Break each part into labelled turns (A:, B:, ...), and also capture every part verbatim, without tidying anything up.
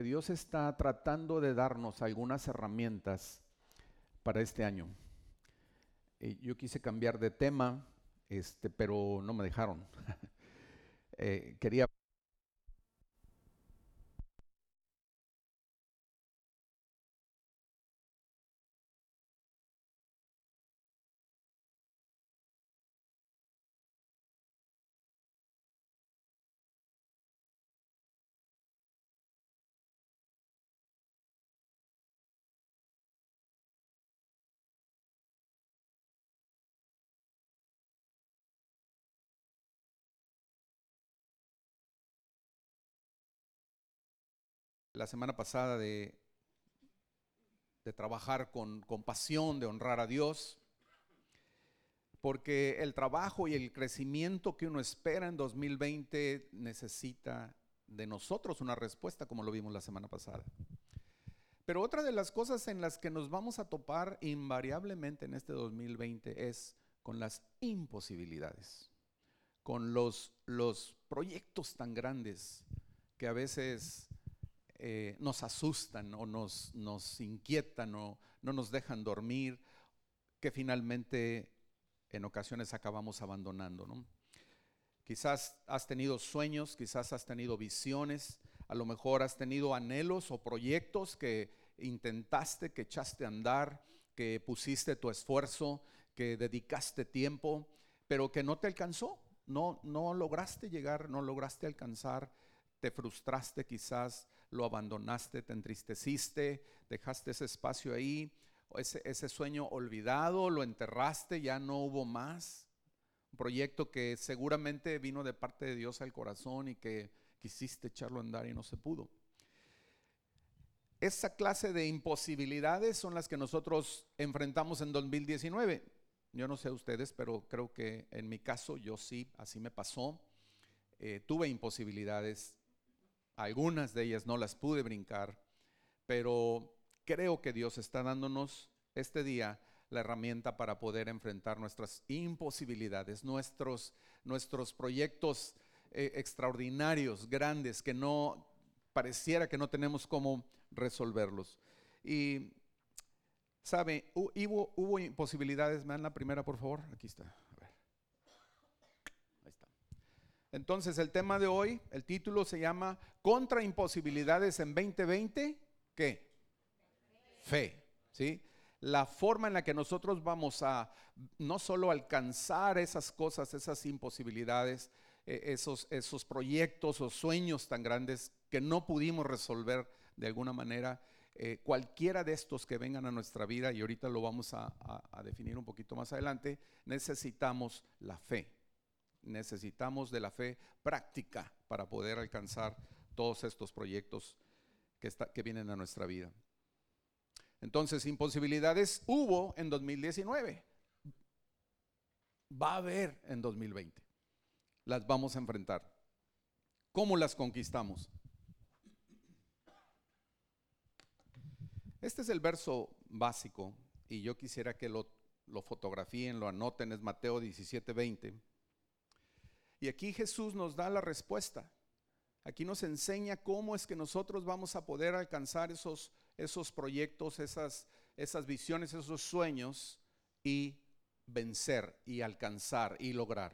A: Dios está tratando de darnos algunas herramientas para este año. Eh, yo quise cambiar de tema, este, pero no me dejaron. Eh, quería la semana pasada de, de trabajar con, con pasión, de honrar a Dios, porque el trabajo y el crecimiento que uno espera en dos mil veinte necesita de nosotros una respuesta, como lo vimos la semana pasada. Pero otra de las cosas en las que nos vamos a topar invariablemente en este dos mil veinte es con las imposibilidades, con los, los proyectos tan grandes que a veces eh, nos asustan o nos, nos inquietan o no nos dejan dormir, que finalmente en ocasiones acabamos abandonando, ¿no? Quizás has tenido sueños, quizás has tenido visiones, a lo mejor has tenido anhelos o proyectos que intentaste, que echaste a andar, que pusiste tu esfuerzo, que dedicaste tiempo, pero que no te alcanzó, no, no lograste llegar, no lograste alcanzar, te frustraste quizás, lo abandonaste, te entristeciste, dejaste ese espacio ahí, ese, ese sueño olvidado, lo enterraste, ya no hubo más. Un proyecto que seguramente vino de parte de Dios al corazón y que quisiste echarlo a andar y no se pudo. Esa clase de imposibilidades son las que nosotros enfrentamos en dos mil diecinueve. Yo no sé ustedes, pero creo que en mi caso yo sí, así me pasó. Eh, tuve imposibilidades, algunas de ellas no las pude brincar, pero creo que Dios está dándonos este día la herramienta para poder enfrentar nuestras imposibilidades, nuestros, nuestros proyectos eh, extraordinarios, grandes, que no pareciera que no tenemos cómo resolverlos. Y sabe, hubo, hubo imposibilidades. ¿Me dan la primera, por favor? Aquí está. A ver. Ahí está. Entonces, el tema de hoy, el título se llama Contra imposibilidades en veinte veinte. ¿Qué? Fe, ¿sí? La forma en la que nosotros vamos a no solo alcanzar esas cosas, esas imposibilidades, eh, esos, esos proyectos o sueños tan grandes que no pudimos resolver de alguna manera, eh, cualquiera de estos que vengan a nuestra vida, y ahorita lo vamos a, a, a definir un poquito más adelante, necesitamos la fe. Necesitamos de la fe práctica para poder alcanzar todos estos proyectos que, está, que vienen a nuestra vida. Entonces, imposibilidades hubo en dos mil diecinueve. Va a haber en dos mil veinte. Las vamos a enfrentar. ¿Cómo las conquistamos? Este es el verso básico y yo quisiera que lo, lo fotografíen, lo anoten, es Mateo diecisiete veinte. Y aquí Jesús nos da la respuesta. Aquí nos enseña cómo es que nosotros vamos a poder alcanzar esos, esos proyectos, esas, esas visiones, esos sueños y vencer y alcanzar y lograr.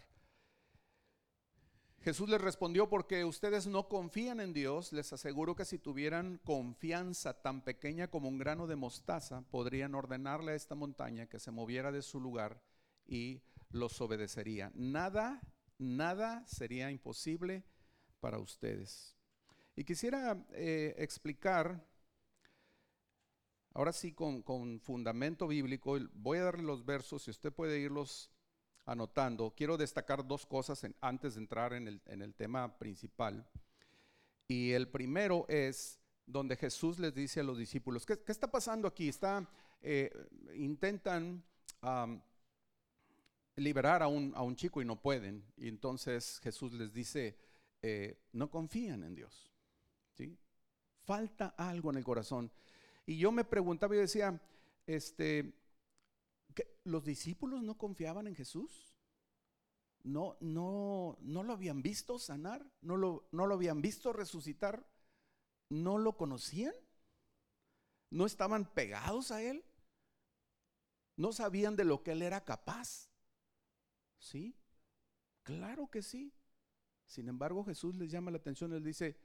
A: Jesús les respondió: porque ustedes no confían en Dios. Les aseguro que si tuvieran confianza tan pequeña como un grano de mostaza, podrían ordenarle a esta montaña que se moviera de su lugar y los obedecería. Nada, nada sería imposible para ustedes. Y quisiera eh, explicar, ahora sí con, con fundamento bíblico, voy a darle los versos, si usted puede irlos anotando. Quiero destacar dos cosas en, antes de entrar en el, en el tema principal. Y el primero es donde Jesús les dice a los discípulos, ¿qué, qué está pasando aquí? Está, eh, intentan um, liberar a un, a un chico y no pueden. Y entonces Jesús les dice, eh, no confían en Dios, ¿sí? Falta algo en el corazón. Y yo me preguntaba y decía, este, ¿qué, los discípulos no confiaban en Jesús? No, no, no lo habían visto sanar, no lo, no lo habían visto resucitar. no lo conocían, no estaban pegados a él, no sabían de lo que él era capaz. ¿Sí? Claro que sí. Sin embargo, Jesús les llama la atención, les dice,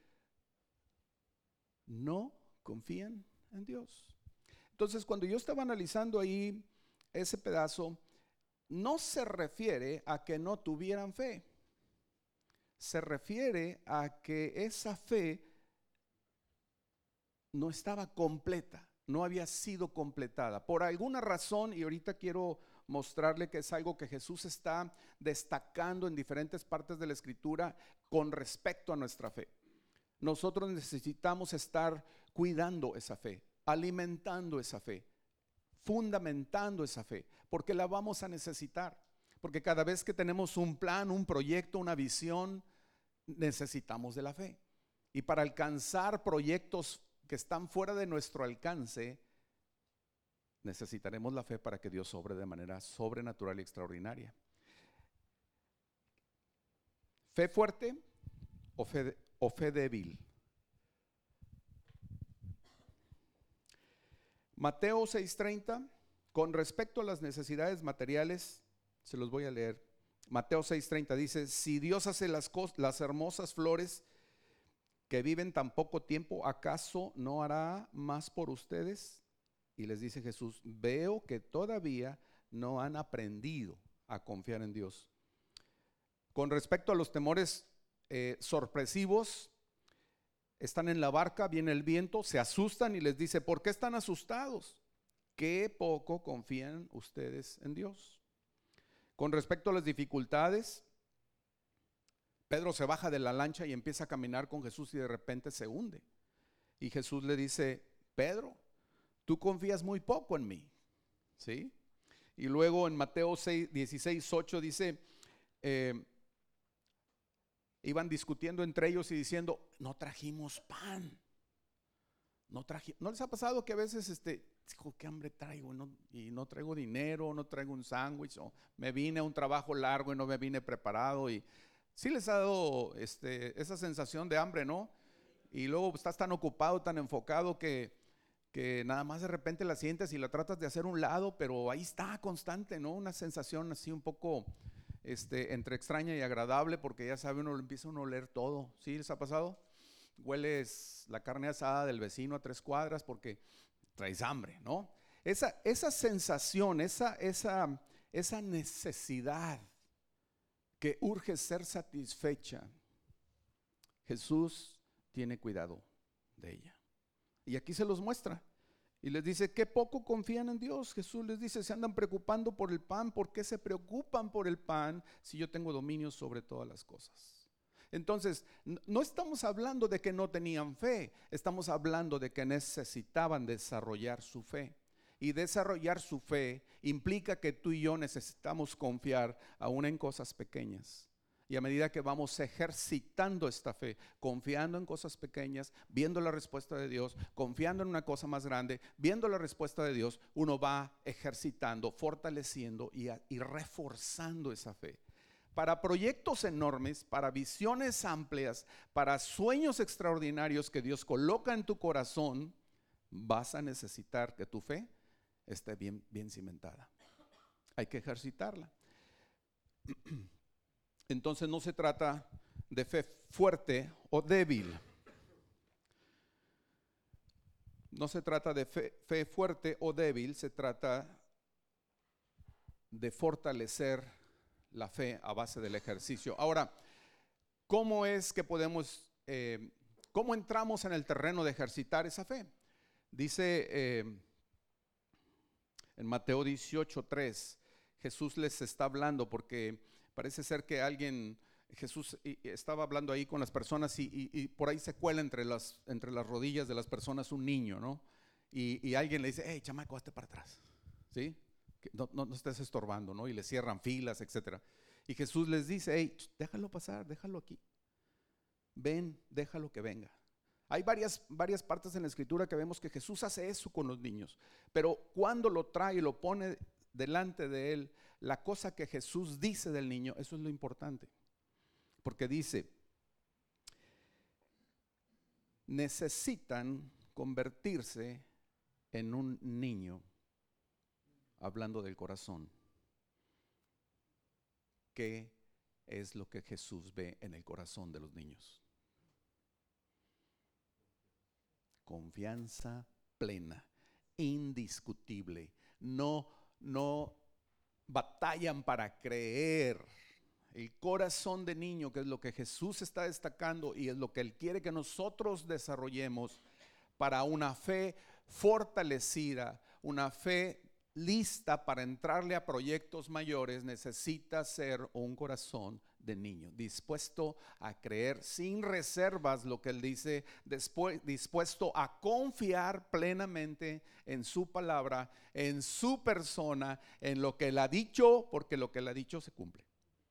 A: no confían en Dios. Entonces, cuando yo estaba analizando ahí ese pedazo, no se refiere a que no tuvieran fe, se refiere a que esa fe no estaba completa, no había sido completada por alguna razón, y ahorita quiero mostrarle que es algo que Jesús está destacando en diferentes partes de la Escritura con respecto a nuestra fe. Nosotros necesitamos estar cuidando esa fe, alimentando esa fe, fundamentando esa fe, porque la vamos a necesitar, porque cada vez que tenemos un plan, un proyecto, una visión, necesitamos de la fe. Y para alcanzar proyectos que están fuera de nuestro alcance, necesitaremos la fe para que Dios obre de manera sobrenatural y extraordinaria. ¿Fe fuerte o fe, o fe débil? Mateo seis treinta, con respecto a las necesidades materiales, se los voy a leer. Mateo seis treinta dice, si Dios hace las, las hermosas flores que viven tan poco tiempo, ¿acaso no hará más por ustedes? Y les dice Jesús, veo que todavía no han aprendido a confiar en Dios. Con respecto a los temores eh, sorpresivos, están en la barca, viene el viento, se asustan y les dice, ¿por qué están asustados? Qué poco confían ustedes en Dios. Con respecto a las dificultades, Pedro se baja de la lancha y empieza a caminar con Jesús y de repente se hunde. Y Jesús le dice, Pedro, tú confías muy poco en mí, ¿sí? Y luego en Mateo dieciséis ocho dice, eh, iban discutiendo entre ellos y diciendo, no trajimos pan. No, traje, ¿No les ha pasado que a veces, este, hijo, qué hambre traigo, no, y no traigo dinero, no traigo un sándwich, o me vine a un trabajo largo y no me vine preparado? Y sí les ha dado este, esa sensación de hambre, ¿no? Y luego estás tan ocupado, tan enfocado que, que nada más de repente la sientes y la tratas de hacer un lado, pero ahí está constante, ¿no? Una sensación así un poco este, entre extraña y agradable, porque ya sabe, uno empieza a uno a oler todo. ¿Sí les ha pasado? Hueles la carne asada del vecino a tres cuadras porque traes hambre, ¿no? Esa, esa sensación, esa, esa, esa necesidad que urge ser satisfecha, Jesús tiene cuidado de ella. Y aquí se los muestra. Y les dice, qué poco confían en Dios. Jesús les dice, se andan preocupando por el pan. ¿Por qué se preocupan por el pan si yo tengo dominio sobre todas las cosas? Entonces, no estamos hablando de que no tenían fe, estamos hablando de que necesitaban desarrollar su fe. Y desarrollar su fe implica que tú y yo necesitamos confiar aún en cosas pequeñas. Y a medida que vamos ejercitando esta fe, confiando en cosas pequeñas, viendo la respuesta de Dios, confiando en una cosa más grande, viendo la respuesta de Dios, uno va ejercitando, fortaleciendo y, y reforzando esa fe. Para proyectos enormes, para visiones amplias, para sueños extraordinarios que Dios coloca en tu corazón, vas a necesitar que tu fe esté bien, bien cimentada. Hay que ejercitarla. Entonces no se trata de fe fuerte o débil. No se trata de fe, fe fuerte o débil, se trata de fortalecer la fe a base del ejercicio. Ahora, ¿cómo es que podemos, eh, cómo entramos en el terreno de ejercitar esa fe? Dice eh, en Mateo dieciocho tres, Jesús les está hablando porque parece ser que alguien, Jesús estaba hablando ahí con las personas y, y, y por ahí se cuela entre las, entre las rodillas de las personas un niño, ¿no? Y, y alguien le dice, hey, chamaco, hazte para atrás, ¿sí? No, no, no estés estorbando, ¿no? Y le cierran filas, etcétera. Y Jesús les dice, hey, déjalo pasar, déjalo aquí. Ven, déjalo que venga. Hay varias, varias partes en la Escritura que vemos que Jesús hace eso con los niños. Pero cuando lo trae y lo pone delante de él, la cosa que Jesús dice del niño, eso es lo importante. Porque dice, necesitan convertirse en un niño, hablando del corazón. ¿Qué es lo que Jesús ve en el corazón de los niños? Confianza plena, indiscutible. No, no batallan para creer. El corazón de niño, que es lo que Jesús está destacando y es lo que Él quiere que nosotros desarrollemos para una fe fortalecida, una fe lista para entrarle a proyectos mayores, necesita ser un corazón de niño, dispuesto a creer sin reservas lo que Él dice, después, dispuesto a confiar plenamente en su palabra, en su persona, en lo que Él ha dicho, porque lo que Él ha dicho se cumple.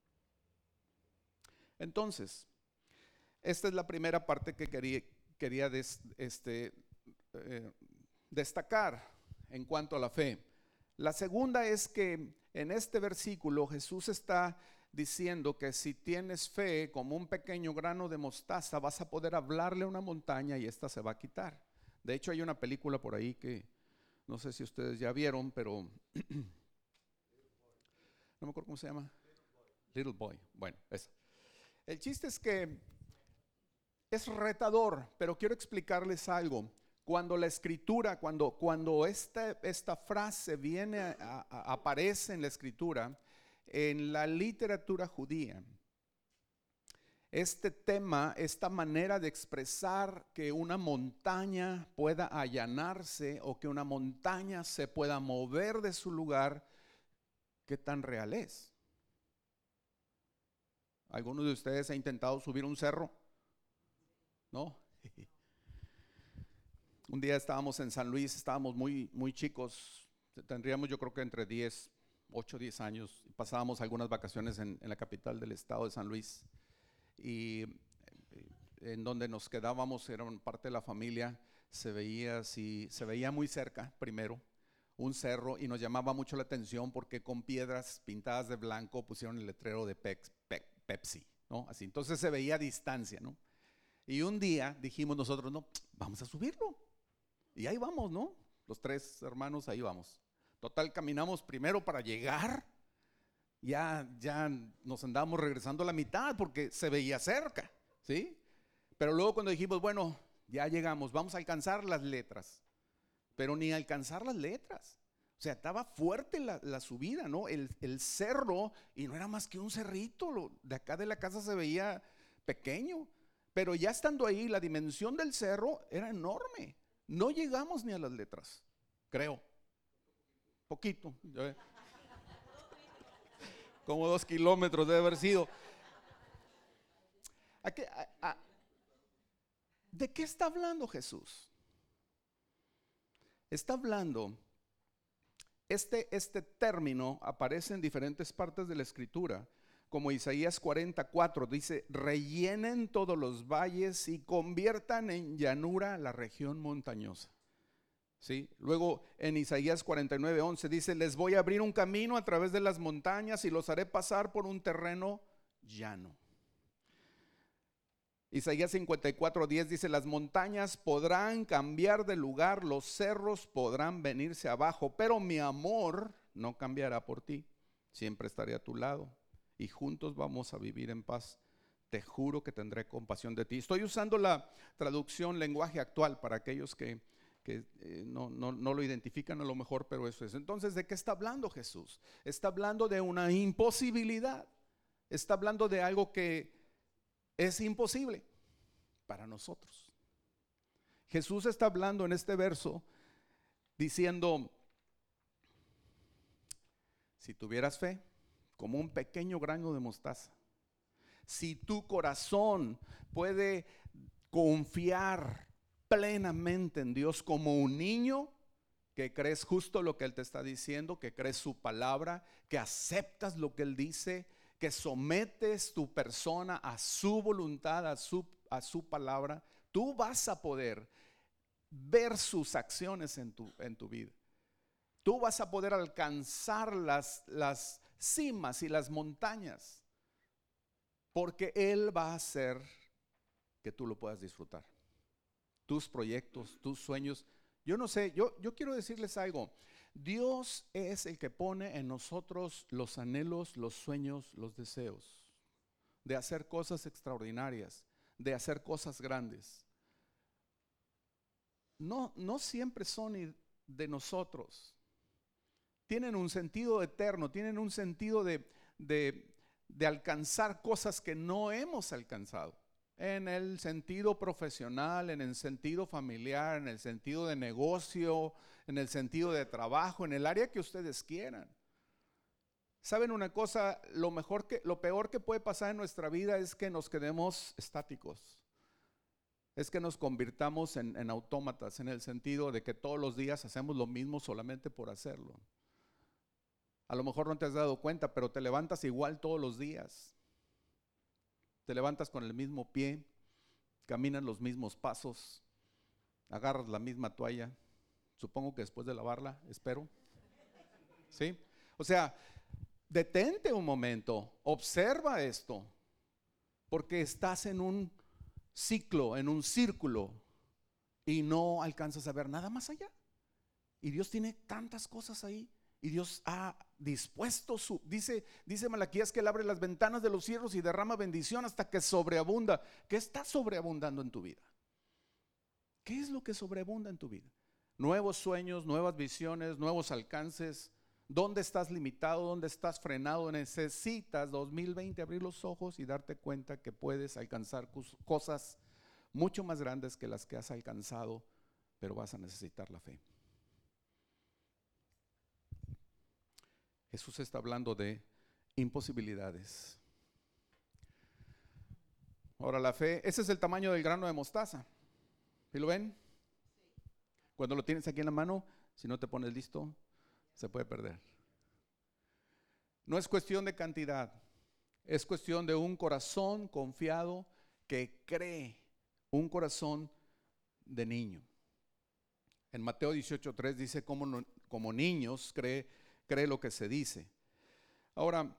A: Entonces, esta es la primera parte que quería, quería des, este, eh, destacar en cuanto a la fe. La segunda es que en este versículo Jesús está diciendo que si tienes fe como un pequeño grano de mostaza, vas a poder hablarle a una montaña y esta se va a quitar. De hecho, hay una película por ahí que no sé si ustedes ya vieron, pero no me acuerdo cómo se llama. Little Boy. Bueno, esa. El chiste es que es retador, pero quiero explicarles algo. Cuando la escritura, cuando, cuando esta, esta frase viene a, a, aparece en la escritura, en la literatura judía, este tema, esta manera de expresar que una montaña pueda allanarse o que una montaña se pueda mover de su lugar, ¿qué tan real es? ¿Alguno de ustedes ha intentado subir un cerro? ¿No? Un día estábamos en San Luis, estábamos muy, muy chicos, tendríamos yo creo que entre diez, ocho, diez años, pasábamos algunas vacaciones en, en la capital del estado de San Luis, y en donde nos quedábamos, era parte de la familia, se veía, así, se veía muy cerca primero un cerro y nos llamaba mucho la atención porque con piedras pintadas de blanco pusieron el letrero de Pex, Pe, Pepsi, ¿no? Así, entonces se veía a distancia, ¿no? Y un día dijimos nosotros, no, vamos a subirlo. Y ahí vamos, ¿no? Los tres hermanos, ahí vamos. Total, caminamos primero para llegar. Ya, ya nos andábamos regresando a la mitad porque se veía cerca, ¿sí? Pero luego cuando dijimos, bueno, ya llegamos, vamos a alcanzar las letras. Pero ni alcanzar las letras. O sea, estaba fuerte la, la subida, ¿no? El, el cerro, y no era más que un cerrito. Lo, de acá de la casa se veía pequeño. Pero ya estando ahí, la dimensión del cerro era enorme. No llegamos ni a las letras, creo. Poquito. Como dos kilómetros debe haber sido. ¿A qué, a, a, ¿De qué está hablando Jesús? Está hablando, este, este término aparece en diferentes partes de la escritura. Como Isaías cuarenta y cuatro dice, rellenen todos los valles y conviertan en llanura la región montañosa. ¿Sí? Luego en Isaías cuarenta y nueve once dice, les voy a abrir un camino a través de las montañas y los haré pasar por un terreno llano. Isaías cincuenta y cuatro diez dice, las montañas podrán cambiar de lugar, los cerros podrán venirse abajo, pero mi amor no cambiará por ti, siempre estaré a tu lado. Y juntos vamos a vivir en paz. Te juro que tendré compasión de ti. Estoy usando la traducción lenguaje actual para aquellos que, que eh, no, no, no lo identifican a lo mejor, pero eso es. Entonces, ¿de qué está hablando Jesús? Está hablando de una imposibilidad. Está hablando de algo que es imposible para nosotros. Jesús está hablando en este verso diciendo, si tuvieras fe, como un pequeño grano de mostaza, si tu corazón puede confiar plenamente en Dios como un niño, que crees justo lo que Él te está diciendo, que crees su palabra, que aceptas lo que Él dice, que sometes tu persona a su voluntad, a su, a su palabra, tú vas a poder ver sus acciones en tu, en tu vida. Tú vas a poder alcanzar las, las cimas y las montañas, porque Él va a hacer que tú lo puedas disfrutar. tus proyectos, tus sueños. Yo no sé, yo, yo quiero decirles algo. Dios es el que pone en nosotros los anhelos, los sueños, los deseos de hacer cosas extraordinarias, de hacer cosas grandes. No, no siempre son de nosotros. Tienen un sentido eterno, tienen un sentido de, de, de alcanzar cosas que no hemos alcanzado. En el sentido profesional, en el sentido familiar, en el sentido de negocio, en el sentido de trabajo, en el área que ustedes quieran. ¿Saben una cosa? Lo mejor que, lo peor que puede pasar en nuestra vida es que nos quedemos estáticos. Es que nos convirtamos en, en autómatas, en el sentido de que todos los días hacemos lo mismo solamente por hacerlo. A lo mejor no te has dado cuenta, pero te levantas igual todos los días. Te levantas con el mismo pie, caminas los mismos pasos, agarras la misma toalla, supongo que después de lavarla, espero. ¿Sí? O sea, detente un momento, observa esto, porque estás en un ciclo, en un círculo, y no alcanzas a ver nada más allá. Y Dios tiene tantas cosas ahí. Y Dios ha dispuesto su, dice, dice Malaquías que Él abre las ventanas de los cielos y derrama bendición hasta que sobreabunda. ¿Qué está sobreabundando en tu vida? ¿Qué es lo que sobreabunda en tu vida? Nuevos sueños, nuevas visiones, nuevos alcances. ¿Dónde estás limitado? ¿Dónde estás frenado? Necesitas dos mil veinte abrir los ojos y darte cuenta que puedes alcanzar cosas mucho más grandes que las que has alcanzado, pero vas a necesitar la fe. Jesús está hablando de imposibilidades. Ahora la fe, ese es el tamaño del grano de mostaza. ¿Sí lo ven? Cuando lo tienes aquí en la mano, si no te pones listo, se puede perder. No es cuestión de cantidad, es cuestión de un corazón confiado que cree, un corazón de niño. En Mateo dieciocho tres dice, como, no, como niños cree, cree lo que se dice. Ahora,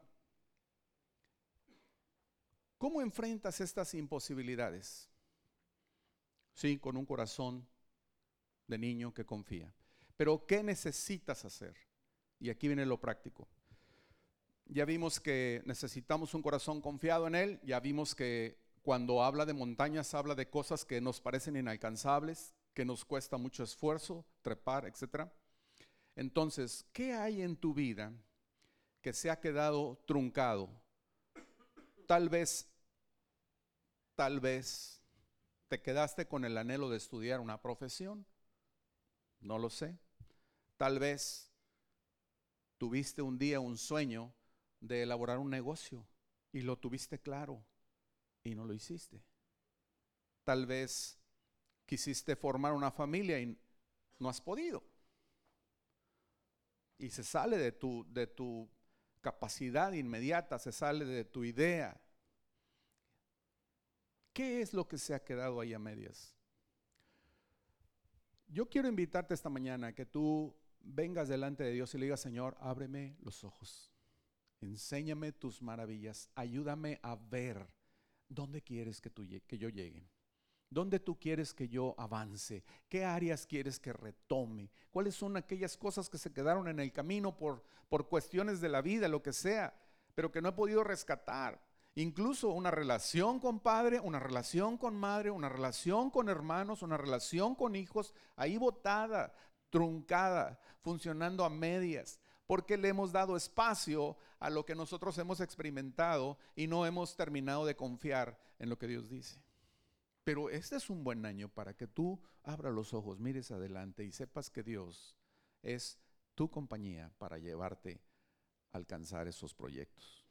A: ¿cómo enfrentas estas imposibilidades? Sí, con un corazón de niño que confía. Pero ¿qué necesitas hacer? Y aquí viene lo práctico. Ya vimos que necesitamos un corazón confiado en Él. Ya vimos que cuando habla de montañas, habla de cosas que nos parecen inalcanzables, que nos cuesta mucho esfuerzo, trepar, etcétera. Entonces, ¿qué hay en tu vida que se ha quedado truncado? Tal vez, tal vez te quedaste con el anhelo de estudiar una profesión. No lo sé. Tal vez tuviste un día un sueño de elaborar un negocio y lo tuviste claro y no lo hiciste. Tal vez quisiste formar una familia y no has podido. Y se sale de tu, de tu capacidad inmediata, se sale de tu idea. ¿Qué es lo que se ha quedado ahí a medias? Yo quiero invitarte esta mañana a que tú vengas delante de Dios y le digas, Señor, ábreme los ojos, enséñame tus maravillas, ayúdame a ver dónde quieres que, tú, que yo llegue. ¿Dónde tú quieres que yo avance? ¿Qué áreas quieres que retome? ¿Cuáles son aquellas cosas que se quedaron en el camino por, por cuestiones de la vida, lo que sea, pero que no he podido rescatar? Incluso una relación con padre, una relación con madre, una relación con hermanos, una relación con hijos, ahí botada, truncada, funcionando a medias, porque le hemos dado espacio a lo que nosotros hemos experimentado y no hemos terminado de confiar en lo que Dios dice. Pero este es un buen año para que tú abras los ojos, mires adelante y sepas que Dios es tu compañía para llevarte a alcanzar esos proyectos.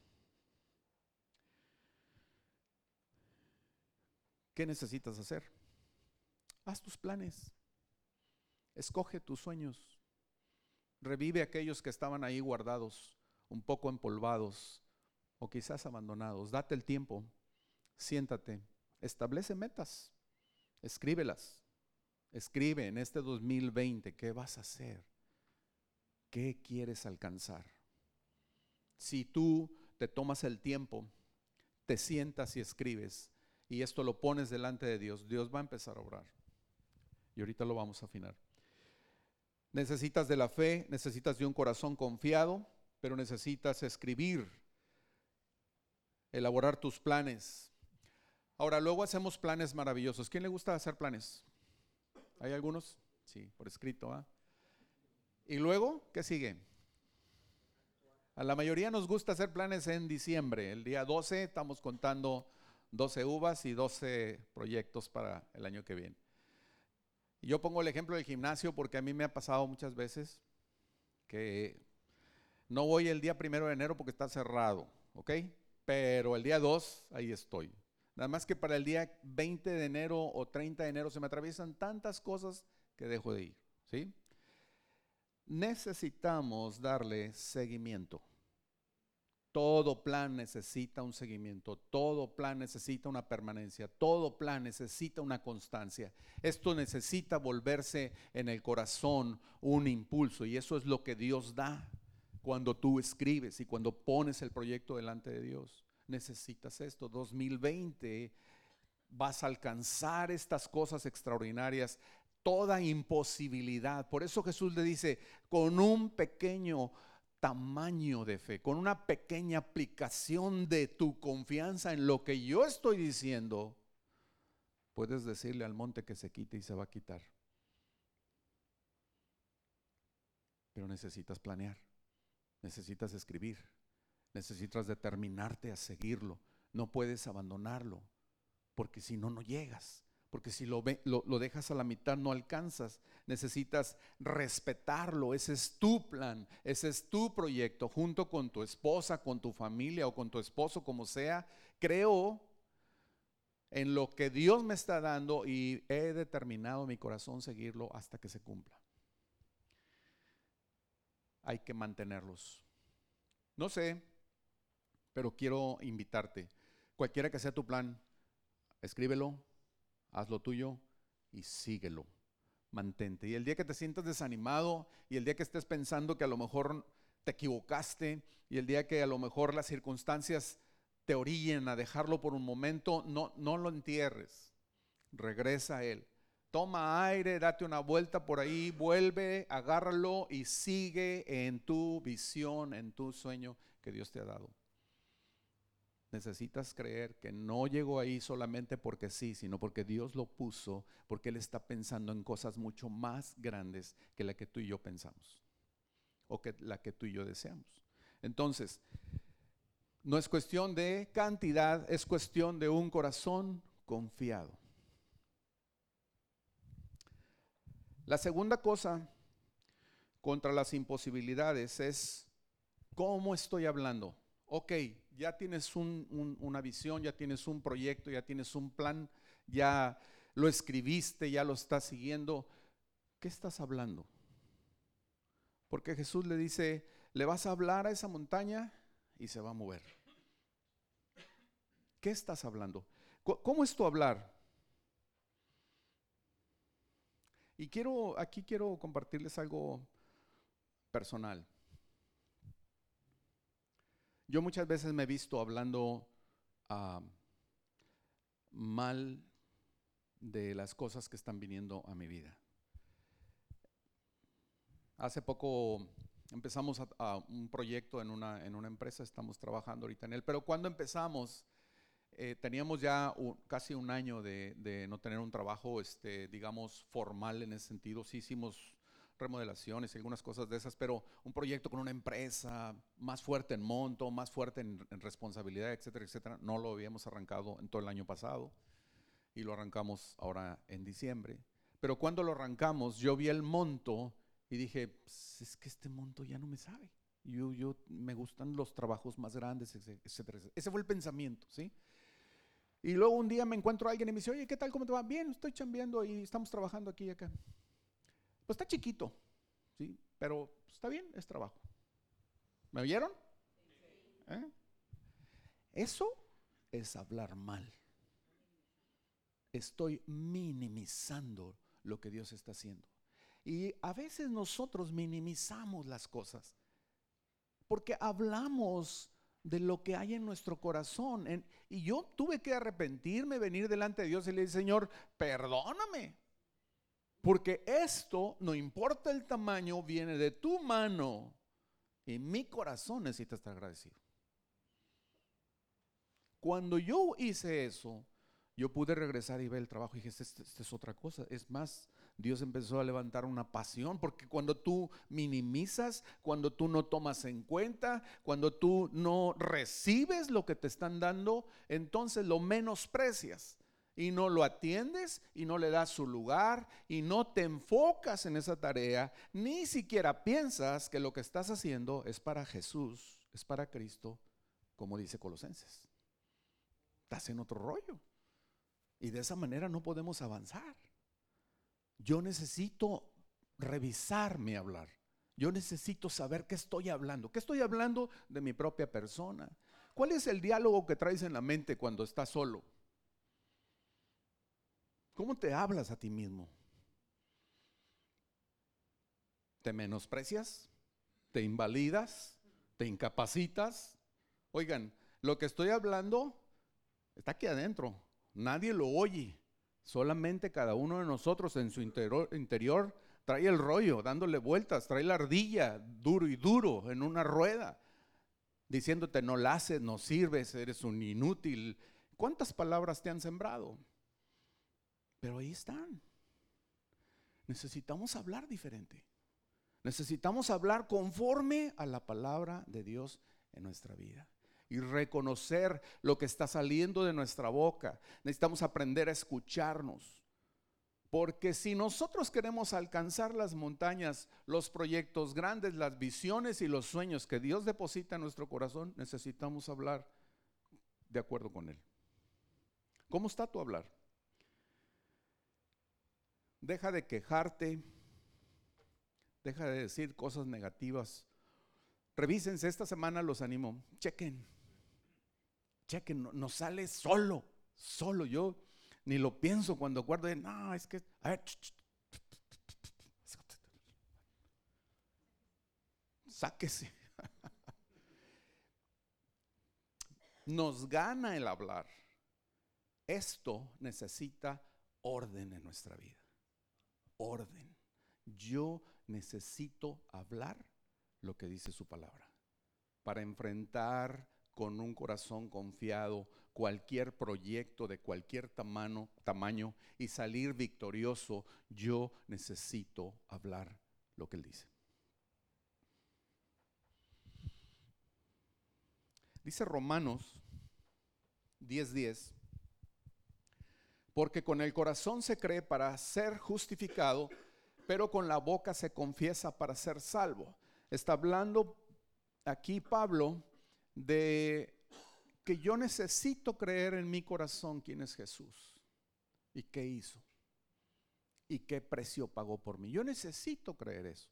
A: ¿Qué necesitas hacer? Haz tus planes, escoge tus sueños, revive aquellos que estaban ahí guardados, un poco empolvados o quizás abandonados. Date el tiempo, siéntate. Establece metas, escríbelas, escribe en este dos mil veinte qué vas a hacer, qué quieres alcanzar. Si tú te tomas el tiempo, te sientas y escribes y esto lo pones delante de Dios, Dios va a empezar a obrar. Y ahorita lo vamos a afinar. Necesitas de la fe, necesitas de un corazón confiado, pero necesitas escribir, elaborar tus planes. Ahora, luego hacemos planes maravillosos. ¿Quién le gusta hacer planes? ¿Hay algunos? Sí, por escrito. ¿eh? Y luego, ¿qué sigue? A la mayoría nos gusta hacer planes en diciembre. El día doce estamos contando doce uvas y doce proyectos para el año que viene. Y yo pongo el ejemplo del gimnasio porque a mí me ha pasado muchas veces que no voy el día primero de enero porque está cerrado, ¿ok? Pero el día dos, ahí estoy. Nada más que para el día veinte de enero o treinta de enero se me atraviesan tantas cosas que dejo de ir, ¿sí? Necesitamos darle seguimiento. Todo plan necesita un seguimiento, todo plan necesita una permanencia, todo plan necesita una constancia. Esto necesita volverse en el corazón un impulso y eso es lo que Dios da cuando tú escribes y cuando pones el proyecto delante de Dios. Necesitas esto. dos mil veinte vas a alcanzar estas cosas extraordinarias, toda imposibilidad. Por eso Jesús le dice, con un pequeño tamaño de fe, con una pequeña aplicación de tu confianza en lo que yo estoy diciendo, puedes decirle al monte que se quite y se va a quitar. Pero necesitas planear, necesitas escribir, necesitas determinarte a seguirlo. No puedes abandonarlo, porque si no, no llegas. Porque si lo, ve, lo, lo dejas a la mitad no alcanzas. Necesitas respetarlo. Ese es tu plan, ese es tu proyecto. Junto con tu esposa, con tu familia o con tu esposo, como sea, creo en lo que Dios me está dando y he determinado en mi corazón seguirlo hasta que se cumpla. Hay que mantenerlos. No sé, pero quiero invitarte. Cualquiera que sea tu plan, escríbelo, haz lo tuyo y síguelo, mantente. Y el día que te sientas desanimado y el día que estés pensando que a lo mejor te equivocaste y el día que a lo mejor las circunstancias te orillen a dejarlo por un momento, no, no lo entierres, regresa a Él. Toma aire, date una vuelta por ahí, vuelve, agárralo y sigue en tu visión, en tu sueño que Dios te ha dado. Necesitas creer que no llegó ahí solamente porque sí, sino porque Dios lo puso, porque Él está pensando en cosas mucho más grandes que la que tú y yo pensamos, o que la que tú y yo deseamos. Entonces, no es cuestión de cantidad, es cuestión de un corazón confiado. La segunda cosa contra las imposibilidades es cómo estoy hablando. Ok, ya tienes un, un, una visión, ya tienes un proyecto, ya tienes un plan, ya lo escribiste, ya lo estás siguiendo. ¿Qué estás hablando? Porque Jesús le dice, le vas a hablar a esa montaña y se va a mover. ¿Qué estás hablando? ¿Cómo es tu hablar? Y quiero, aquí quiero compartirles algo personal. Yo muchas veces me he visto hablando uh, mal de las cosas que están viniendo a mi vida. Hace poco empezamos a, a un proyecto en una, en una empresa, estamos trabajando ahorita en él, pero cuando empezamos eh, teníamos ya un, casi un año de, de no tener un trabajo, este, digamos, formal en ese sentido. Sí hicimos remodelaciones y algunas cosas de esas, pero un proyecto con una empresa más fuerte en monto, más fuerte en, en responsabilidad, etcétera, etcétera, no lo habíamos arrancado en todo el año pasado y lo arrancamos ahora en diciembre. Pero cuando lo arrancamos, yo vi el monto y dije, pues es que este monto ya no me sabe. Yo, yo me gustan los trabajos más grandes, etcétera, etcétera. Ese fue el pensamiento, ¿sí? Y luego un día me encuentro a alguien y me dice, oye, ¿qué tal? ¿Cómo te va? Bien, estoy chambeando y estamos trabajando aquí y acá. Pues está chiquito, ¿sí? Pero pues, está bien, es trabajo. ¿Me oyeron? ¿Eh? Eso es hablar mal. Estoy minimizando lo que Dios está haciendo. Y a veces nosotros minimizamos las cosas porque hablamos de lo que hay en nuestro corazón. En, y yo tuve que arrepentirme, venir delante de Dios y le dije, Señor, perdóname. Porque esto, no importa el tamaño, viene de tu mano. Y mi corazón necesita estar agradecido. Cuando yo hice eso, yo pude regresar y ver el trabajo y dije, esta este, este es otra cosa. Es más, Dios empezó a levantar una pasión, porque cuando tú minimizas, cuando tú no tomas en cuenta, cuando tú no recibes lo que te están dando, entonces lo menosprecias y no lo atiendes y no le das su lugar y no te enfocas en esa tarea, ni siquiera piensas que lo que estás haciendo es para Jesús, es para Cristo, como dice Colosenses. Estás en otro rollo. Y de esa manera no podemos avanzar. Yo necesito revisar mi hablar. Yo necesito saber qué estoy hablando. ¿Qué estoy hablando de mi propia persona? ¿Cuál es el diálogo que traes en la mente cuando estás solo? ¿Cómo te hablas a ti mismo? ¿Te menosprecias? ¿Te invalidas? ¿Te incapacitas? Oigan, lo que estoy hablando está aquí adentro. Nadie lo oye, solamente cada uno de nosotros en su interior, interior trae el rollo, dándole vueltas, trae la ardilla duro y duro en una rueda, diciéndote no la haces, no sirves, eres un inútil. ¿Cuántas palabras te han sembrado? Pero ahí están. Necesitamos hablar diferente. Necesitamos hablar conforme a la palabra de Dios en nuestra vida. Y reconocer lo que está saliendo de nuestra boca. Necesitamos aprender a escucharnos. Porque si nosotros queremos alcanzar las montañas, los proyectos grandes, las visiones y los sueños que Dios deposita en nuestro corazón, necesitamos hablar de acuerdo con Él. ¿Cómo está tu hablar? Deja de quejarte. Deja de decir cosas negativas. Revísense, esta semana los animo. Chequen. Chequen, no, no sale solo, solo. Yo ni lo pienso cuando guardo. De, no, es que, a ver, sáquese. Nos gana el hablar. Esto necesita orden en nuestra vida. Orden. Yo necesito hablar lo que dice su palabra para enfrentar con un corazón confiado cualquier proyecto de cualquier tamaño, tamaño y salir victorioso. Yo necesito hablar lo que Él dice. Dice Romanos diez diez, porque con el corazón se cree para ser justificado, pero con la boca se confiesa para ser salvo. Está hablando aquí Pablo de que yo necesito creer en mi corazón quién es Jesús y qué hizo y qué precio pagó por mí. Yo necesito creer eso.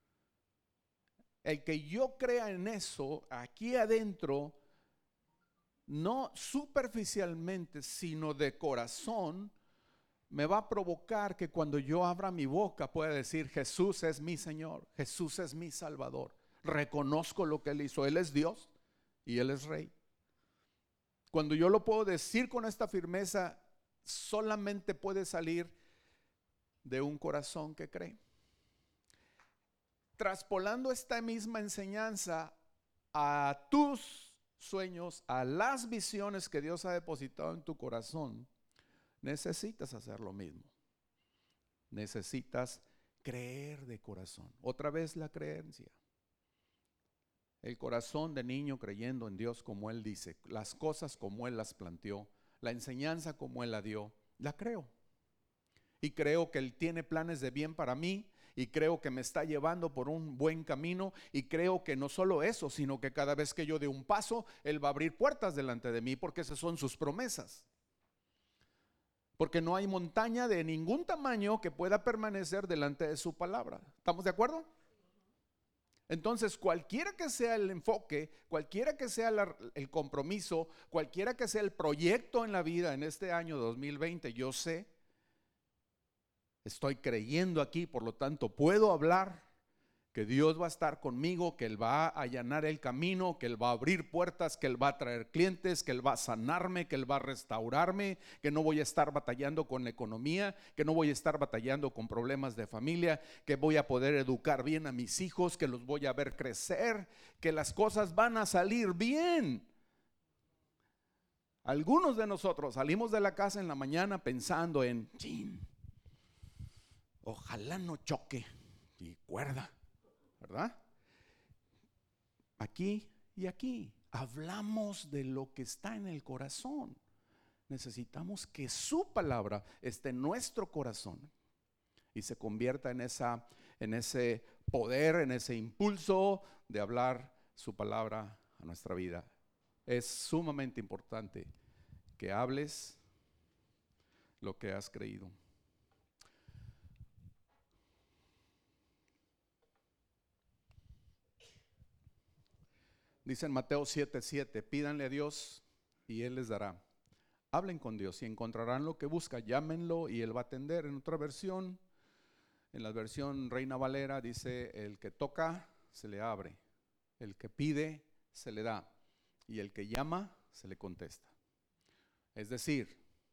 A: El que yo crea en eso aquí adentro, no superficialmente, sino de corazón, me va a provocar que cuando yo abra mi boca pueda decir: Jesús es mi Señor, Jesús es mi Salvador. Reconozco lo que Él hizo. Él es Dios y Él es Rey. Cuando yo lo puedo decir con esta firmeza, solamente puede salir de un corazón que cree. Traspolando esta misma enseñanza a tus sueños, a las visiones que Dios ha depositado en tu corazón, necesitas hacer lo mismo. Necesitas creer de corazón. Otra vez la creencia. El corazón de niño creyendo en Dios como Él dice, las cosas como Él las planteó, la enseñanza como Él la dio, la creo. Y creo que Él tiene planes de bien para mí, y creo que me está llevando por un buen camino, y creo que no solo eso, sino que cada vez que yo dé un paso, Él va a abrir puertas delante de mí, porque esas son sus promesas. Porque no hay montaña de ningún tamaño que pueda permanecer delante de su palabra. ¿Estamos de acuerdo? Entonces, cualquiera que sea el enfoque, cualquiera que sea la, el compromiso, cualquiera que sea el proyecto en la vida en este año dos mil veinte, yo sé, estoy creyendo aquí, por lo tanto puedo hablar que Dios va a estar conmigo, que Él va a allanar el camino, que Él va a abrir puertas, que Él va a traer clientes, que Él va a sanarme, que Él va a restaurarme, que no voy a estar batallando con la economía, que no voy a estar batallando con problemas de familia, que voy a poder educar bien a mis hijos, que los voy a ver crecer, que las cosas van a salir bien. Algunos de nosotros salimos de la casa en la mañana pensando en, chin, ojalá no choque y cuerda, ¿verdad? Aquí y aquí hablamos de lo que está en el corazón. Necesitamos que su palabra esté en nuestro corazón y se convierta en esa, en ese poder, en ese impulso de hablar su palabra a nuestra vida. Es sumamente importante que hables lo que has creído. Dice en Mateo siete siete, pídanle a Dios y Él les dará. Hablen con Dios y encontrarán lo que buscan, llámenlo y Él va a atender. En otra versión, en la versión Reina Valera, dice, el que toca se le abre, el que pide se le da y el que llama se le contesta. Es decir,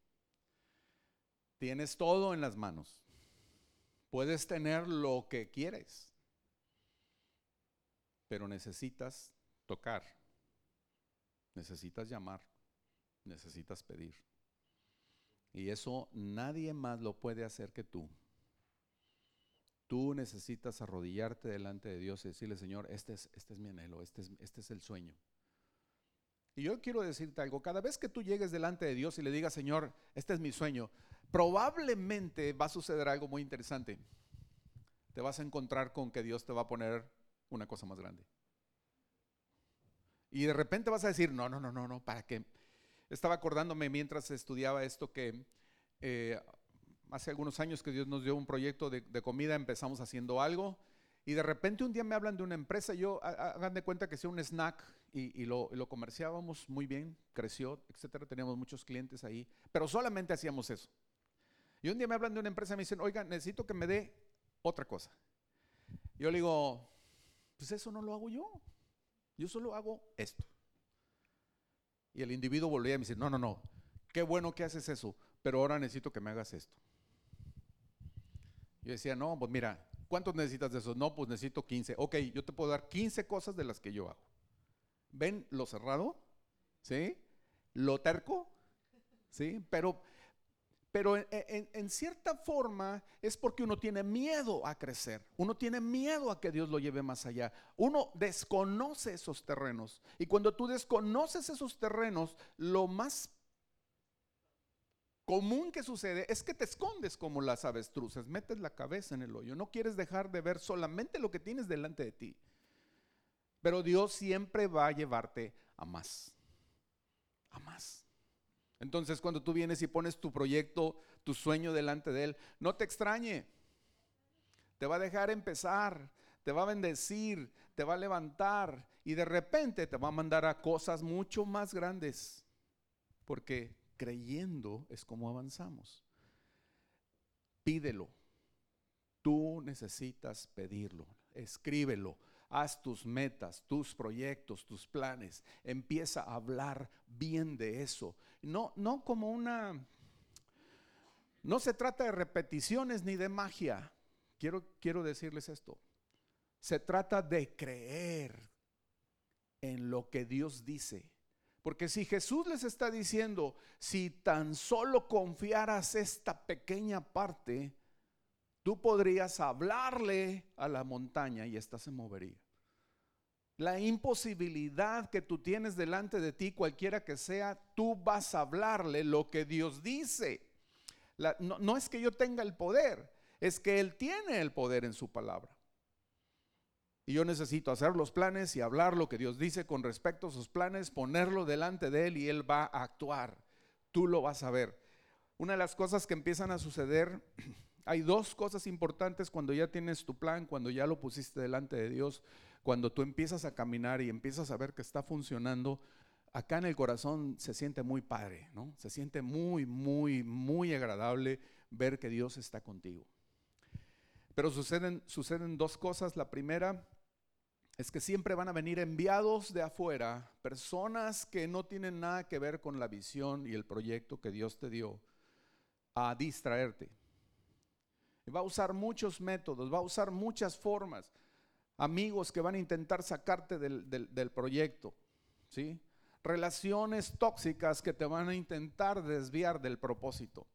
A: tienes todo en las manos, puedes tener lo que quieres, pero necesitas tocar, necesitas llamar, necesitas pedir. Y eso nadie más lo puede hacer que tú. Tú necesitas arrodillarte delante de Dios y decirle, Señor, este es, este es mi anhelo, este es, este es el sueño. Y yo quiero decirte algo, cada vez que tú llegues delante de Dios y le digas, Señor, este es mi sueño, probablemente va a suceder algo muy interesante. Te vas a encontrar con que Dios te va a poner una cosa más grande. Y de repente vas a decir, no, no, no, no, no, ¿para qué? Estaba acordándome mientras estudiaba esto que eh, hace algunos años que Dios nos dio un proyecto de, de comida, empezamos haciendo algo y de repente un día me hablan de una empresa, yo hagan de cuenta que sea un snack y, y, lo, y lo comerciábamos muy bien, creció, etcétera, teníamos muchos clientes ahí, pero solamente hacíamos eso. Y un día me hablan de una empresa y me dicen, oiga, necesito que me dé otra cosa. Yo le digo, pues eso no lo hago yo, yo solo hago esto. Y el individuo volvía y me dice, no, no, no, qué bueno que haces eso, pero ahora necesito que me hagas esto. Yo decía, no, pues mira, ¿cuántos necesitas de eso? No, pues necesito quince. Ok, yo te puedo dar quince cosas de las que yo hago. ¿Ven lo cerrado? ¿Sí? Lo terco, ¿sí? Pero, pero en, en, en cierta forma es porque uno tiene miedo a crecer. Uno tiene miedo a que Dios lo lleve más allá. Uno desconoce esos terrenos. Y cuando tú desconoces esos terrenos, lo más común que sucede es que te escondes como las avestruces, metes la cabeza en el hoyo, no quieres dejar de ver solamente lo que tienes delante de ti. Pero Dios siempre va a llevarte a más, a más. Entonces cuando tú vienes y pones tu proyecto, tu sueño delante de Él, no te extrañe, te va a dejar empezar, te va a bendecir, te va a levantar y de repente te va a mandar a cosas mucho más grandes, porque creyendo es como avanzamos. Pídelo. Tú necesitas pedirlo. Escríbelo. Haz tus metas, tus proyectos, tus planes. Empieza a hablar bien de eso. No, no como una... No se trata de repeticiones ni de magia. Quiero, quiero decirles esto. Se trata de creer en lo que Dios dice. Porque si Jesús les está diciendo, si tan solo confiaras esta pequeña parte, tú podrías hablarle a la montaña y ésta se movería. La imposibilidad que tú tienes delante de ti, cualquiera que sea, tú vas a hablarle lo que Dios dice. La, no, no es que yo tenga el poder, es que Él tiene el poder en su palabra. Y yo necesito hacer los planes y hablar lo que Dios dice con respecto a sus planes, ponerlo delante de Él y Él va a actuar. Tú lo vas a ver. Una de las cosas que empiezan a suceder, hay dos cosas importantes cuando ya tienes tu plan, cuando ya lo pusiste delante de Dios, cuando tú empiezas a caminar y empiezas a ver que está funcionando. Acá en el corazón se siente muy padre, ¿no? Se siente muy, muy, muy agradable ver que Dios está contigo. Pero suceden, suceden dos cosas. La primera es que siempre van a venir enviados de afuera, personas que no tienen nada que ver con la visión y el proyecto que Dios te dio, a distraerte. Y va a usar muchos métodos, va a usar muchas formas. Amigos que van a intentar sacarte del, del, del proyecto, ¿sí? Relaciones tóxicas que te van a intentar desviar del propósito.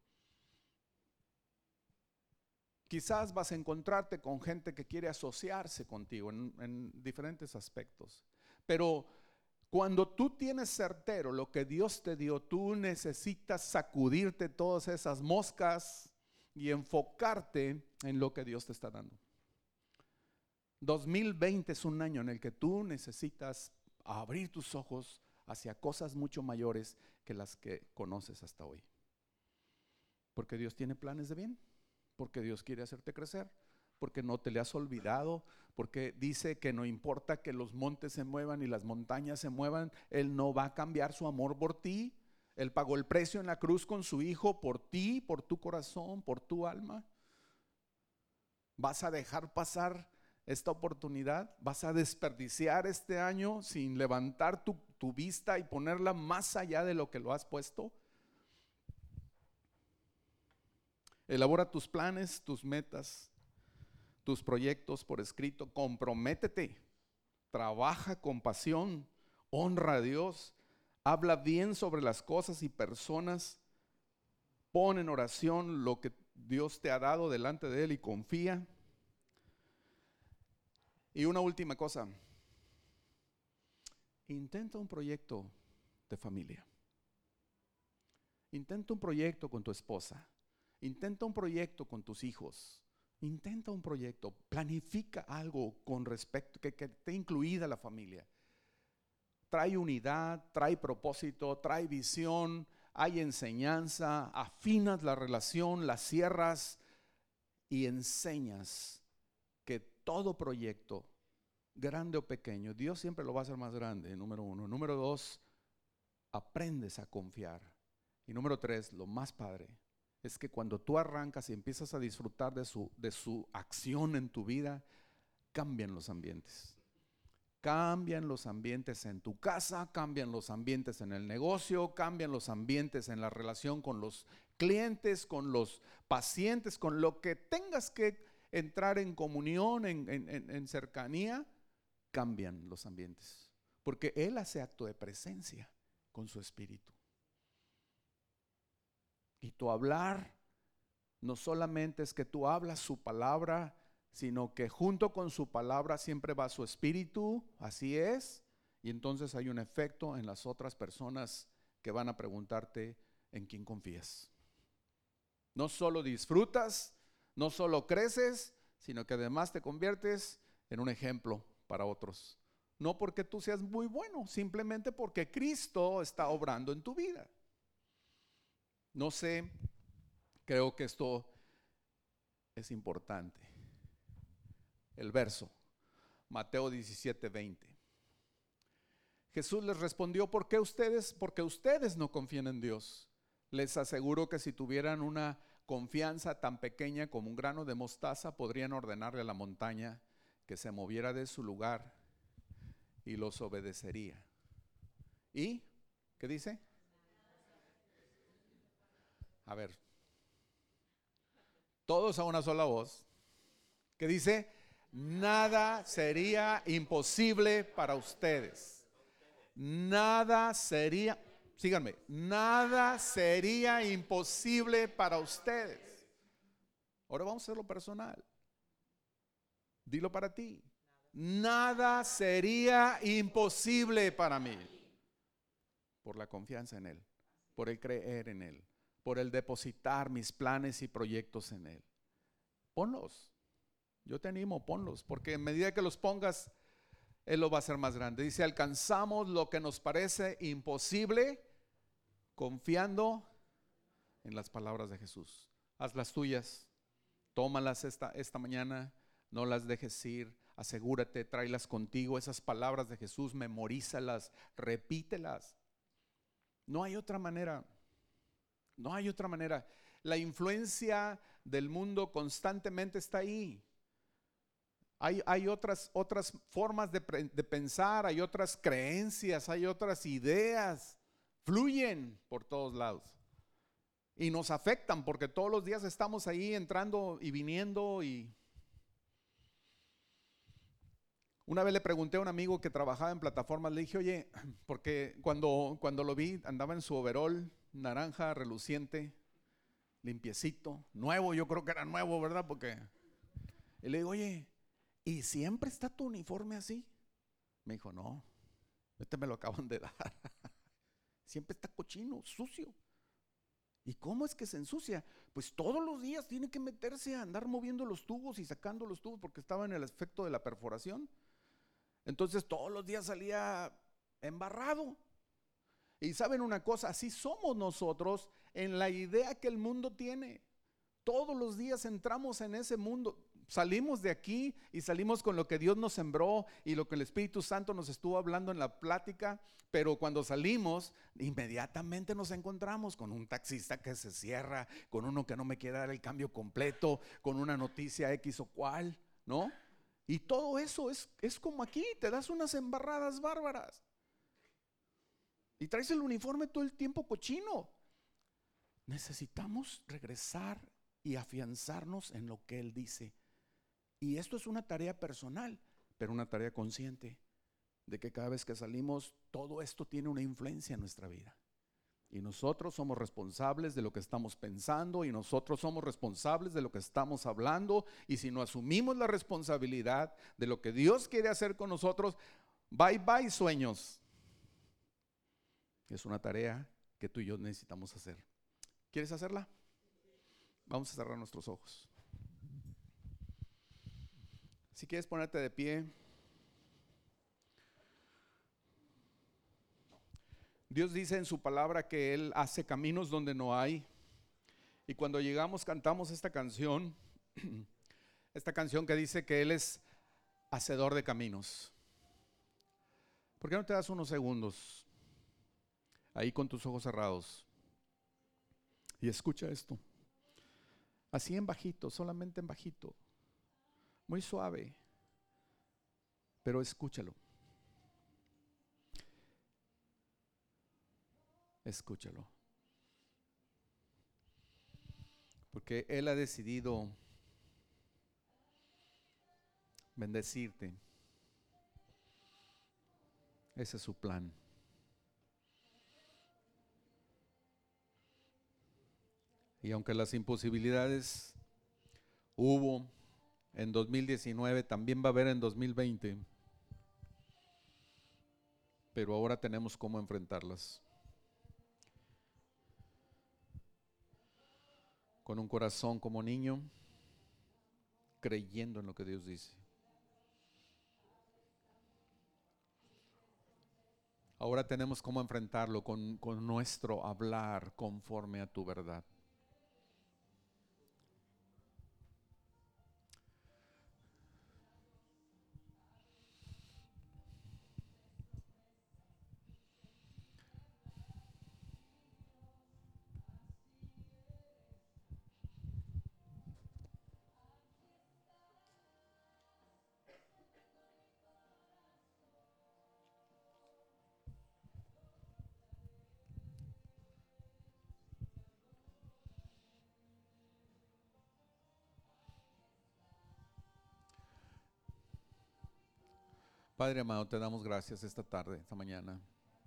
A: Quizás vas a encontrarte con gente que quiere asociarse contigo en, en diferentes aspectos. Pero cuando tú tienes certero lo que Dios te dio, tú necesitas sacudirte todas esas moscas y enfocarte en lo que Dios te está dando. dos mil veinte es un año en el que tú necesitas abrir tus ojos hacia cosas mucho mayores que las que conoces hasta hoy. Porque Dios tiene planes de bien. Porque Dios quiere hacerte crecer, porque no te le has olvidado, porque dice que no importa que los montes se muevan y las montañas se muevan, Él no va a cambiar su amor por ti. Él pagó el precio en la cruz con su Hijo por ti, por tu corazón, por tu alma. ¿Vas a dejar pasar esta oportunidad? ¿Vas a desperdiciar este año sin levantar tu, tu vista y ponerla más allá de lo que lo has puesto? Elabora tus planes, tus metas, tus proyectos por escrito. Comprométete, trabaja con pasión, honra a Dios, habla bien sobre las cosas y personas, pon en oración lo que Dios te ha dado delante de Él y confía. Y una última cosa, intenta un proyecto de familia. Intenta un proyecto con tu esposa. Intenta un proyecto con tus hijos. Intenta un proyecto. Planifica algo con respecto, que, que esté incluida la familia. Trae unidad, trae propósito, trae visión, hay enseñanza, afinas la relación, la cierras y enseñas que todo proyecto, grande o pequeño, Dios siempre lo va a hacer más grande, número uno. Número dos, aprendes a confiar. Y número tres, lo más padre, es que cuando tú arrancas y empiezas a disfrutar de su, de su acción en tu vida, cambian los ambientes. Cambian los ambientes en tu casa, cambian los ambientes en el negocio, cambian los ambientes en la relación con los clientes, con los pacientes, con lo que tengas que entrar en comunión, en, en, en, en cercanía, cambian los ambientes. Porque Él hace acto de presencia con su espíritu. Y tu hablar no solamente es que tú hablas su palabra, sino que junto con su palabra siempre va su espíritu, así es, y entonces hay un efecto en las otras personas que van a preguntarte en quién confías. No solo disfrutas, no solo creces, sino que además te conviertes en un ejemplo para otros. No porque tú seas muy bueno, simplemente porque Cristo está obrando en tu vida. No sé, creo que esto es importante. El verso, Mateo diecisiete, veinte. Jesús les respondió: ¿por qué ustedes? Porque ustedes no confían en Dios. Les aseguro que si tuvieran una confianza tan pequeña como un grano de mostaza, podrían ordenarle a la montaña que se moviera de su lugar y los obedecería. ¿Y qué dice? A ver, todos a una sola voz, que dice: nada sería imposible para ustedes. Nada sería, síganme, nada sería imposible para ustedes. Ahora vamos a hacerlo personal. Dilo para ti. Nada sería imposible para mí. Por la confianza en Él, por el creer en Él, por el depositar mis planes y proyectos en Él. Ponlos. Yo te animo, ponlos, porque en medida que los pongas, Él lo va a hacer más grande. Dice: alcanzamos lo que nos parece imposible confiando en las palabras de Jesús. Haz las tuyas, tómalas esta, esta mañana, no las dejes ir, asegúrate, tráelas contigo, esas palabras de Jesús, memorízalas, repítelas. No hay otra manera, no hay otra manera. La influencia del mundo constantemente está ahí. Hay, hay otras, otras formas de, de pensar, hay otras creencias, hay otras ideas. Fluyen por todos lados. Y nos afectan porque todos los días estamos ahí entrando y viniendo. Y una vez le pregunté a un amigo que trabajaba en plataformas, le dije, oye, porque cuando, cuando lo vi andaba en su overol naranja reluciente, limpiecito, nuevo, yo creo que era nuevo, ¿verdad? Porque y le digo, oye, ¿y siempre está tu uniforme así? Me dijo, no, este me lo acaban de dar. Siempre está cochino, sucio. ¿Y cómo es que se ensucia? Pues todos los días tiene que meterse a andar moviendo los tubos y sacando los tubos porque estaba en el efecto de la perforación. Entonces todos los días salía embarrado. Y saben una cosa, así somos nosotros en la idea que el mundo tiene. Todos los días entramos en ese mundo. Salimos de aquí y salimos con lo que Dios nos sembró y lo que el Espíritu Santo nos estuvo hablando en la plática, pero cuando salimos inmediatamente nos encontramos con un taxista que se cierra, con uno que no me quiere dar el cambio completo, con una noticia X o cual, ¿no? Y todo eso es, es como aquí, te das unas embarradas bárbaras y traes el uniforme todo el tiempo cochino. Necesitamos regresar y afianzarnos en lo que Él dice. Y esto es una tarea personal, pero una tarea consciente de que cada vez que salimos, todo esto tiene una influencia en nuestra vida. Y nosotros somos responsables de lo que estamos pensando y nosotros somos responsables de lo que estamos hablando. Y si no asumimos la responsabilidad de lo que Dios quiere hacer con nosotros, bye bye sueños. Es una tarea que tú y yo necesitamos hacer. ¿Quieres hacerla? Vamos a cerrar nuestros ojos. Si quieres ponerte de pie. Dios dice en su palabra que Él hace caminos donde no hay. Y cuando llegamos cantamos esta canción, esta canción que dice que Él es hacedor de caminos. ¿Por qué no te das unos segundos ahí con tus ojos cerrados y escucha esto? Así en bajito, solamente en bajito. Muy suave, pero escúchalo. Escúchalo. Porque Él ha decidido bendecirte. Ese es su plan. Y aunque las imposibilidades hubo en dos mil diecinueve, también va a haber en dos mil veinte. Pero ahora tenemos cómo enfrentarlas. Con un corazón como niño, creyendo en lo que Dios dice. Ahora tenemos cómo enfrentarlo con, con nuestro hablar conforme a tu verdad. Padre amado, te damos gracias esta tarde, esta mañana,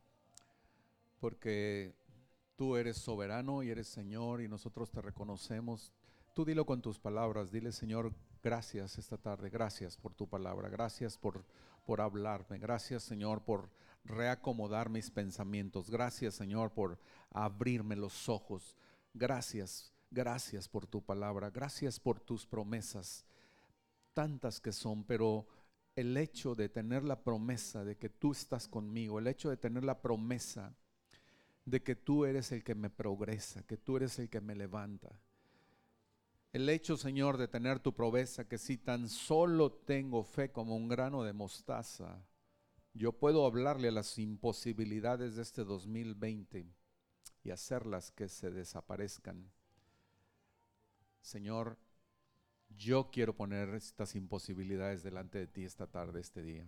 A: porque tú eres soberano y eres Señor y nosotros te reconocemos. Tú dilo con tus palabras, dile Señor, gracias esta tarde, gracias por tu palabra, gracias por, por hablarme, gracias Señor por reacomodar mis pensamientos, gracias Señor por abrirme los ojos, gracias, gracias por tu palabra, gracias por tus promesas, tantas que son, pero el hecho de tener la promesa de que tú estás conmigo, el hecho de tener la promesa de que tú eres el que me progresa, que tú eres el que me levanta. El hecho, Señor, de tener tu promesa, que si tan solo tengo fe como un grano de mostaza, yo puedo hablarle a las imposibilidades de este dos mil veinte y hacerlas que se desaparezcan. Señor, Yo quiero poner estas imposibilidades delante de ti esta tarde, este día.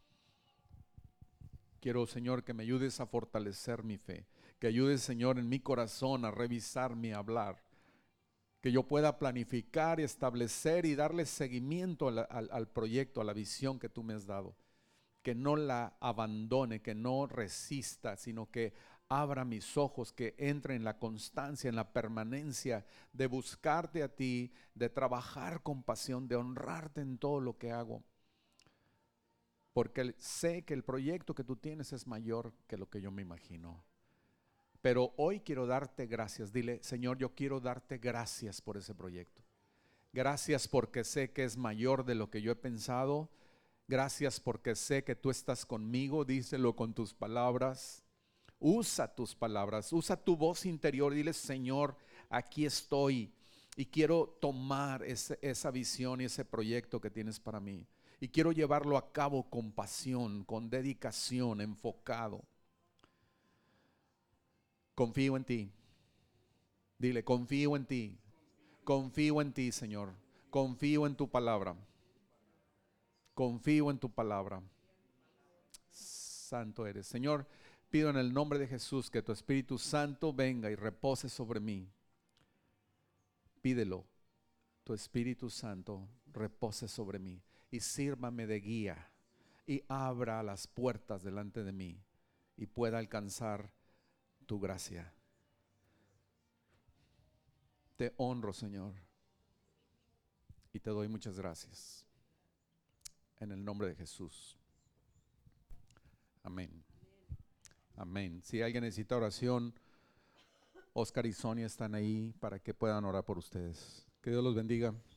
A: Quiero, Señor, que me ayudes a fortalecer mi fe, que ayudes, Señor, en mi corazón a revisar mi hablar, que yo pueda planificar y establecer y darle seguimiento al, al, al proyecto, a la visión que tú me has dado. Que no la abandone, que no resista, sino que abra mis ojos, que entre en la constancia, en la permanencia de buscarte a ti, de trabajar con pasión, de honrarte en todo lo que hago. Porque sé que el proyecto que tú tienes es mayor que lo que yo me imagino. Pero hoy quiero darte gracias. Dile, Señor, yo quiero darte gracias por ese proyecto. Gracias porque sé que es mayor de lo que yo he pensado. Gracias porque sé que tú estás conmigo. Díselo con tus palabras. Usa tus palabras, usa tu voz interior. Dile, Señor, aquí estoy y quiero tomar ese, esa visión y ese proyecto que tienes para mí. Y quiero llevarlo a cabo con pasión, con dedicación, enfocado. Confío en ti. Dile, confío en ti. Confío en ti, Señor. Confío en tu palabra. Confío en tu palabra. Santo eres. Señor, pido en el nombre de Jesús que tu Espíritu Santo venga y repose sobre mí. Pídelo. Tu Espíritu Santo repose sobre mí y sírvame de guía y abra las puertas delante de mí y pueda alcanzar tu gracia. Te honro, Señor, y te doy muchas gracias. En el nombre de Jesús. Amén. Amén. Si alguien necesita oración, Oscar y Sonia están ahí para que puedan orar por ustedes. Que Dios los bendiga.